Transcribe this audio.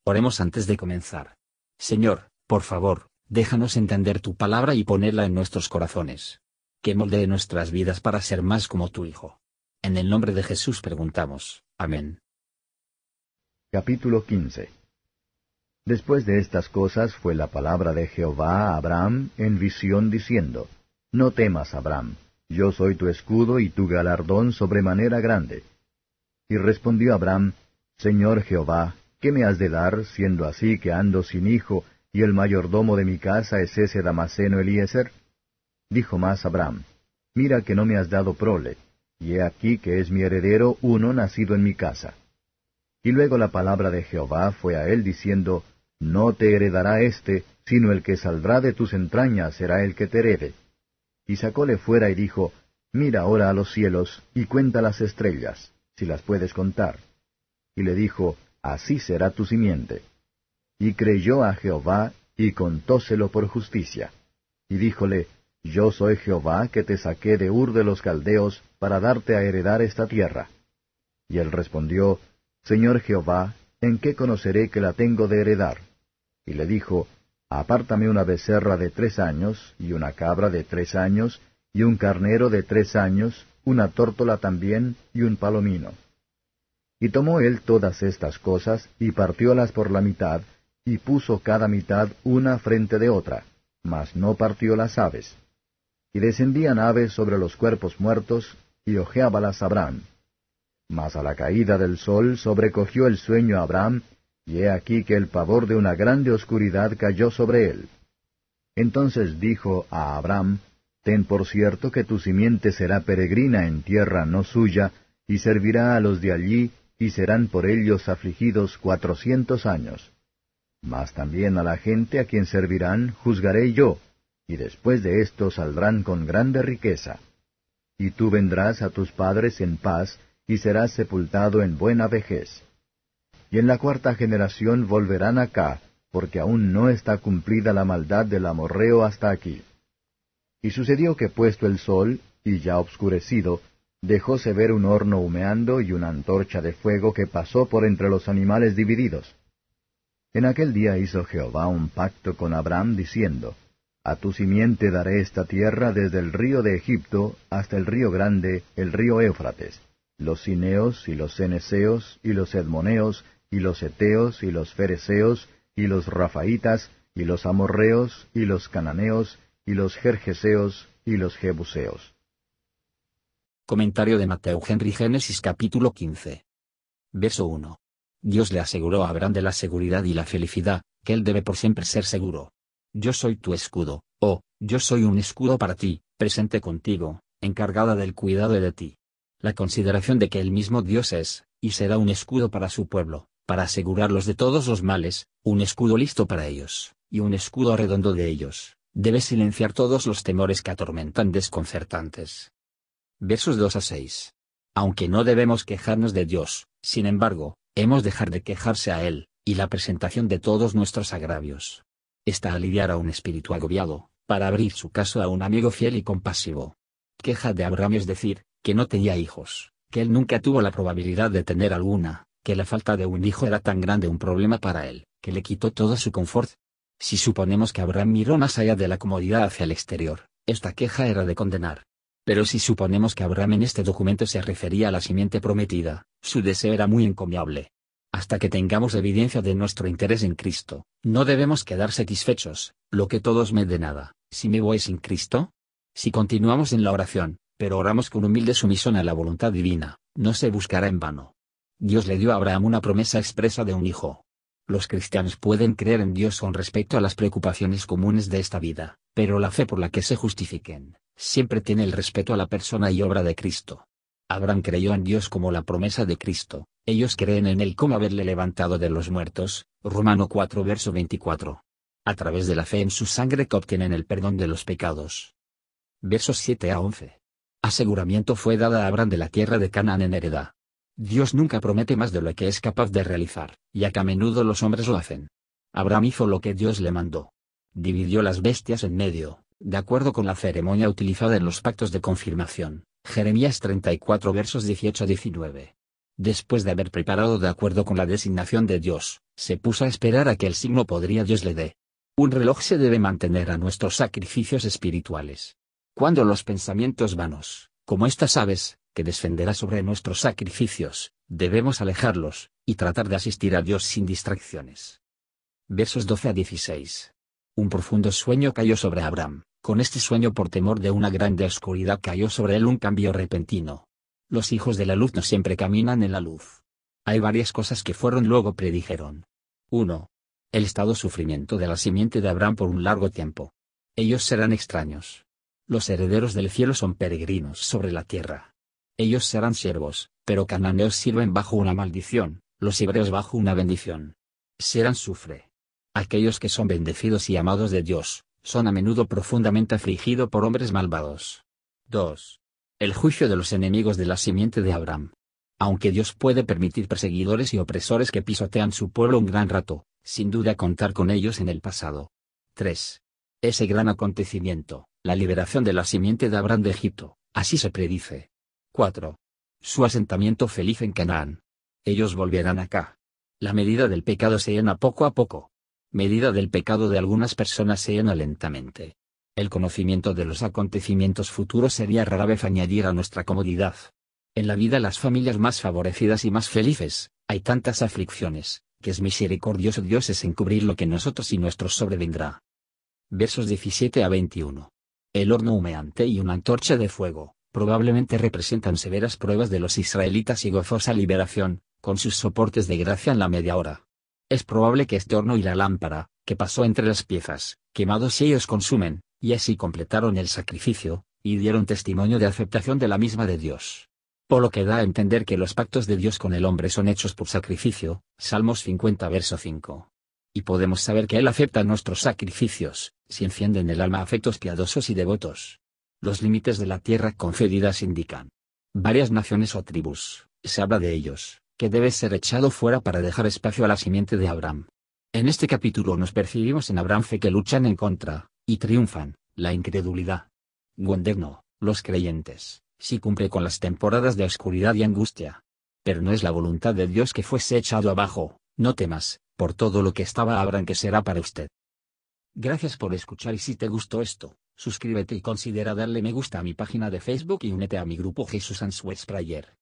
Oremos antes de comenzar. Señor, por favor, déjanos entender tu palabra y ponerla en nuestros corazones. Que moldee nuestras vidas para ser más como tu Hijo. En el nombre de Jesús preguntamos. Amén. Capítulo 15. Después de estas cosas fue la palabra de Jehová a Abraham en visión diciendo, No temas, Abraham, yo soy tu escudo y tu galardón sobremanera grande. Y respondió Abraham, Señor Jehová, ¿qué me has de dar, siendo así que ando sin hijo, y el mayordomo de mi casa es ese Damaseno Eliezer? Dijo más Abraham, Mira que no me has dado prole, y he aquí que es mi heredero uno nacido en mi casa. Y luego la palabra de Jehová fue a él diciendo, No te heredará éste, sino el que saldrá de tus entrañas será el que te herede. Y sacóle fuera y dijo, Mira ahora a los cielos, y cuenta las estrellas, si las puedes contar. Y le dijo, Así será tu simiente. Y creyó a Jehová, y contóselo por justicia. Y díjole, Yo soy Jehová que te saqué de Ur de los Caldeos, para darte a heredar esta tierra. Y él respondió, Señor Jehová, ¿en qué conoceré que la tengo de heredar? Y le dijo, Apártame una becerra de 3 años, y una cabra de 3 años, y un carnero de 3 años, una tórtola también, y un palomino. Y tomó él todas estas cosas, y partiólas por la mitad, y puso cada mitad una frente de otra, mas no partió las aves. Y descendían aves sobre los cuerpos muertos, y ojeábalas Abraham. Mas a la caída del sol sobrecogió el sueño a Abraham, y he aquí que el pavor de una grande oscuridad cayó sobre él. Entonces dijo a Abraham, Ten por cierto que tu simiente será peregrina en tierra no suya, y servirá a los de allí, y serán por ellos afligidos 400 años. Mas también a la gente a quien servirán juzgaré yo, y después de esto saldrán con grande riqueza. Y tú vendrás a tus padres en paz, y serás sepultado en buena vejez. Y en la 4ª generación volverán acá, porque aún no está cumplida la maldad del amorreo hasta aquí. Y sucedió que puesto el sol, y ya obscurecido, dejóse ver un horno humeando y una antorcha de fuego que pasó por entre los animales divididos. En aquel día hizo Jehová un pacto con Abraham, diciendo, A tu simiente daré esta tierra desde el río de Egipto hasta el río grande, el río Éufrates, los cineos, y los ceneseos, y los edmoneos, y los heteos, y los fereceos, y los rafaitas, y los amorreos, y los cananeos, y los gergeseos, y los jebuseos. Comentario de Mateo Henry Génesis capítulo 15. Verso 1. Dios le aseguró a Abraham de la seguridad y la felicidad, que él debe por siempre ser seguro. Yo soy tu escudo, yo soy un escudo para ti, presente contigo, encargada del cuidado de ti. La consideración de que el mismo Dios es, y será un escudo para su pueblo, para asegurarlos de todos los males, un escudo listo para ellos, y un escudo redondo de ellos, debe silenciar todos los temores que atormentan desconcertantes. Versos 2 a 6. Aunque no debemos quejarnos de Dios, sin embargo, hemos de dejar de quejarse a Él, y la presentación de todos nuestros agravios. Está aliviar a un espíritu agobiado, para abrir su caso a un amigo fiel y compasivo. Queja de Abraham es decir, que no tenía hijos, que él nunca tuvo la probabilidad de tener alguna, que la falta de un hijo era tan grande un problema para él, que le quitó todo su confort. Si suponemos que Abraham miró más allá de la comodidad hacia el exterior, esta queja era de condenar. Pero si suponemos que Abraham en este documento se refería a la simiente prometida, su deseo era muy encomiable. Hasta que tengamos evidencia de nuestro interés en Cristo, no debemos quedar satisfechos, lo que todos me dé nada, si me voy sin Cristo. Si continuamos en la oración, pero oramos con humilde sumisión a la voluntad divina, no se buscará en vano. Dios le dio a Abraham una promesa expresa de un hijo. Los cristianos pueden creer en Dios con respecto a las preocupaciones comunes de esta vida, pero la fe por la que se justifiquen, siempre tiene el respeto a la persona y obra de Cristo. Abraham creyó en Dios como la promesa de Cristo, ellos creen en Él como haberle levantado de los muertos, Romano 4 verso 24. A través de la fe en su sangre que obtienen el perdón de los pecados. Versos 7 a 11. Aseguramiento fue dada a Abraham de la tierra de Canaán en heredad. Dios nunca promete más de lo que es capaz de realizar, ya que a menudo los hombres lo hacen. Abraham hizo lo que Dios le mandó. Dividió las bestias en medio, de acuerdo con la ceremonia utilizada en los pactos de confirmación. Jeremías 34 versos 18 a 19. Después de haber preparado de acuerdo con la designación de Dios, se puso a esperar a que el signo podría Dios le dé. Un reloj se debe mantener a nuestros sacrificios espirituales. Cuando los pensamientos vanos, como estas aves, que descenderá sobre nuestros sacrificios, debemos alejarlos, y tratar de asistir a Dios sin distracciones. Versos 12 a 16. Un profundo sueño cayó sobre Abraham. Con este sueño, por temor de una grande oscuridad, cayó sobre él un cambio repentino. Los hijos de la luz no siempre caminan en la luz. Hay varias cosas que fueron luego predijeron. 1. El estado sufrimiento de la simiente de Abraham por un largo tiempo. Ellos serán extraños. Los herederos del cielo son peregrinos sobre la tierra. Ellos serán siervos, pero cananeos sirven bajo una maldición, los hebreos bajo una bendición. Serán sufre. Aquellos que son bendecidos y amados de Dios, son a menudo profundamente afligidos por hombres malvados. 2. El juicio de los enemigos de la simiente de Abraham. Aunque Dios puede permitir perseguidores y opresores que pisotean su pueblo un gran rato, sin duda contar con ellos en el pasado. 3. Ese gran acontecimiento, la liberación de la simiente de Abraham de Egipto, así se predice. 4. Su asentamiento feliz en Canaán. Ellos volverán acá. La medida del pecado se llena poco a poco. Medida del pecado de algunas personas se llena lentamente. El conocimiento de los acontecimientos futuros sería rara vez añadir a nuestra comodidad. En la vida las familias más favorecidas y más felices, hay tantas aflicciones, que es misericordioso Dios es encubrir lo que nosotros y nuestros sobrevendrá. Versos 17 a 21. El horno humeante y una antorcha de fuego, probablemente representan severas pruebas de los israelitas y gozosa liberación, con sus soportes de gracia en la media hora. Es probable que este horno y la lámpara, que pasó entre las piezas, quemados ellos consumen, y así completaron el sacrificio, y dieron testimonio de aceptación de la misma de Dios. Por lo que da a entender que los pactos de Dios con el hombre son hechos por sacrificio, Salmos 50 verso 5. Y podemos saber que Él acepta nuestros sacrificios, si encienden en el alma afectos piadosos y devotos. Los límites de la tierra concedidas indican varias naciones o tribus, se habla de ellos, que debe ser echado fuera para dejar espacio a la simiente de Abraham. En este capítulo nos percibimos en Abraham fe que luchan en contra, y triunfan, la incredulidad. Gondegno, los creyentes, sí cumple con las temporadas de oscuridad y angustia. Pero no es la voluntad de Dios que fuese echado abajo, no temas, por todo lo que estaba Abraham que será para usted. Gracias por escuchar y si te gustó esto, suscríbete y considera darle me gusta a mi página de Facebook y únete a mi grupo Jesus Answers Prayer.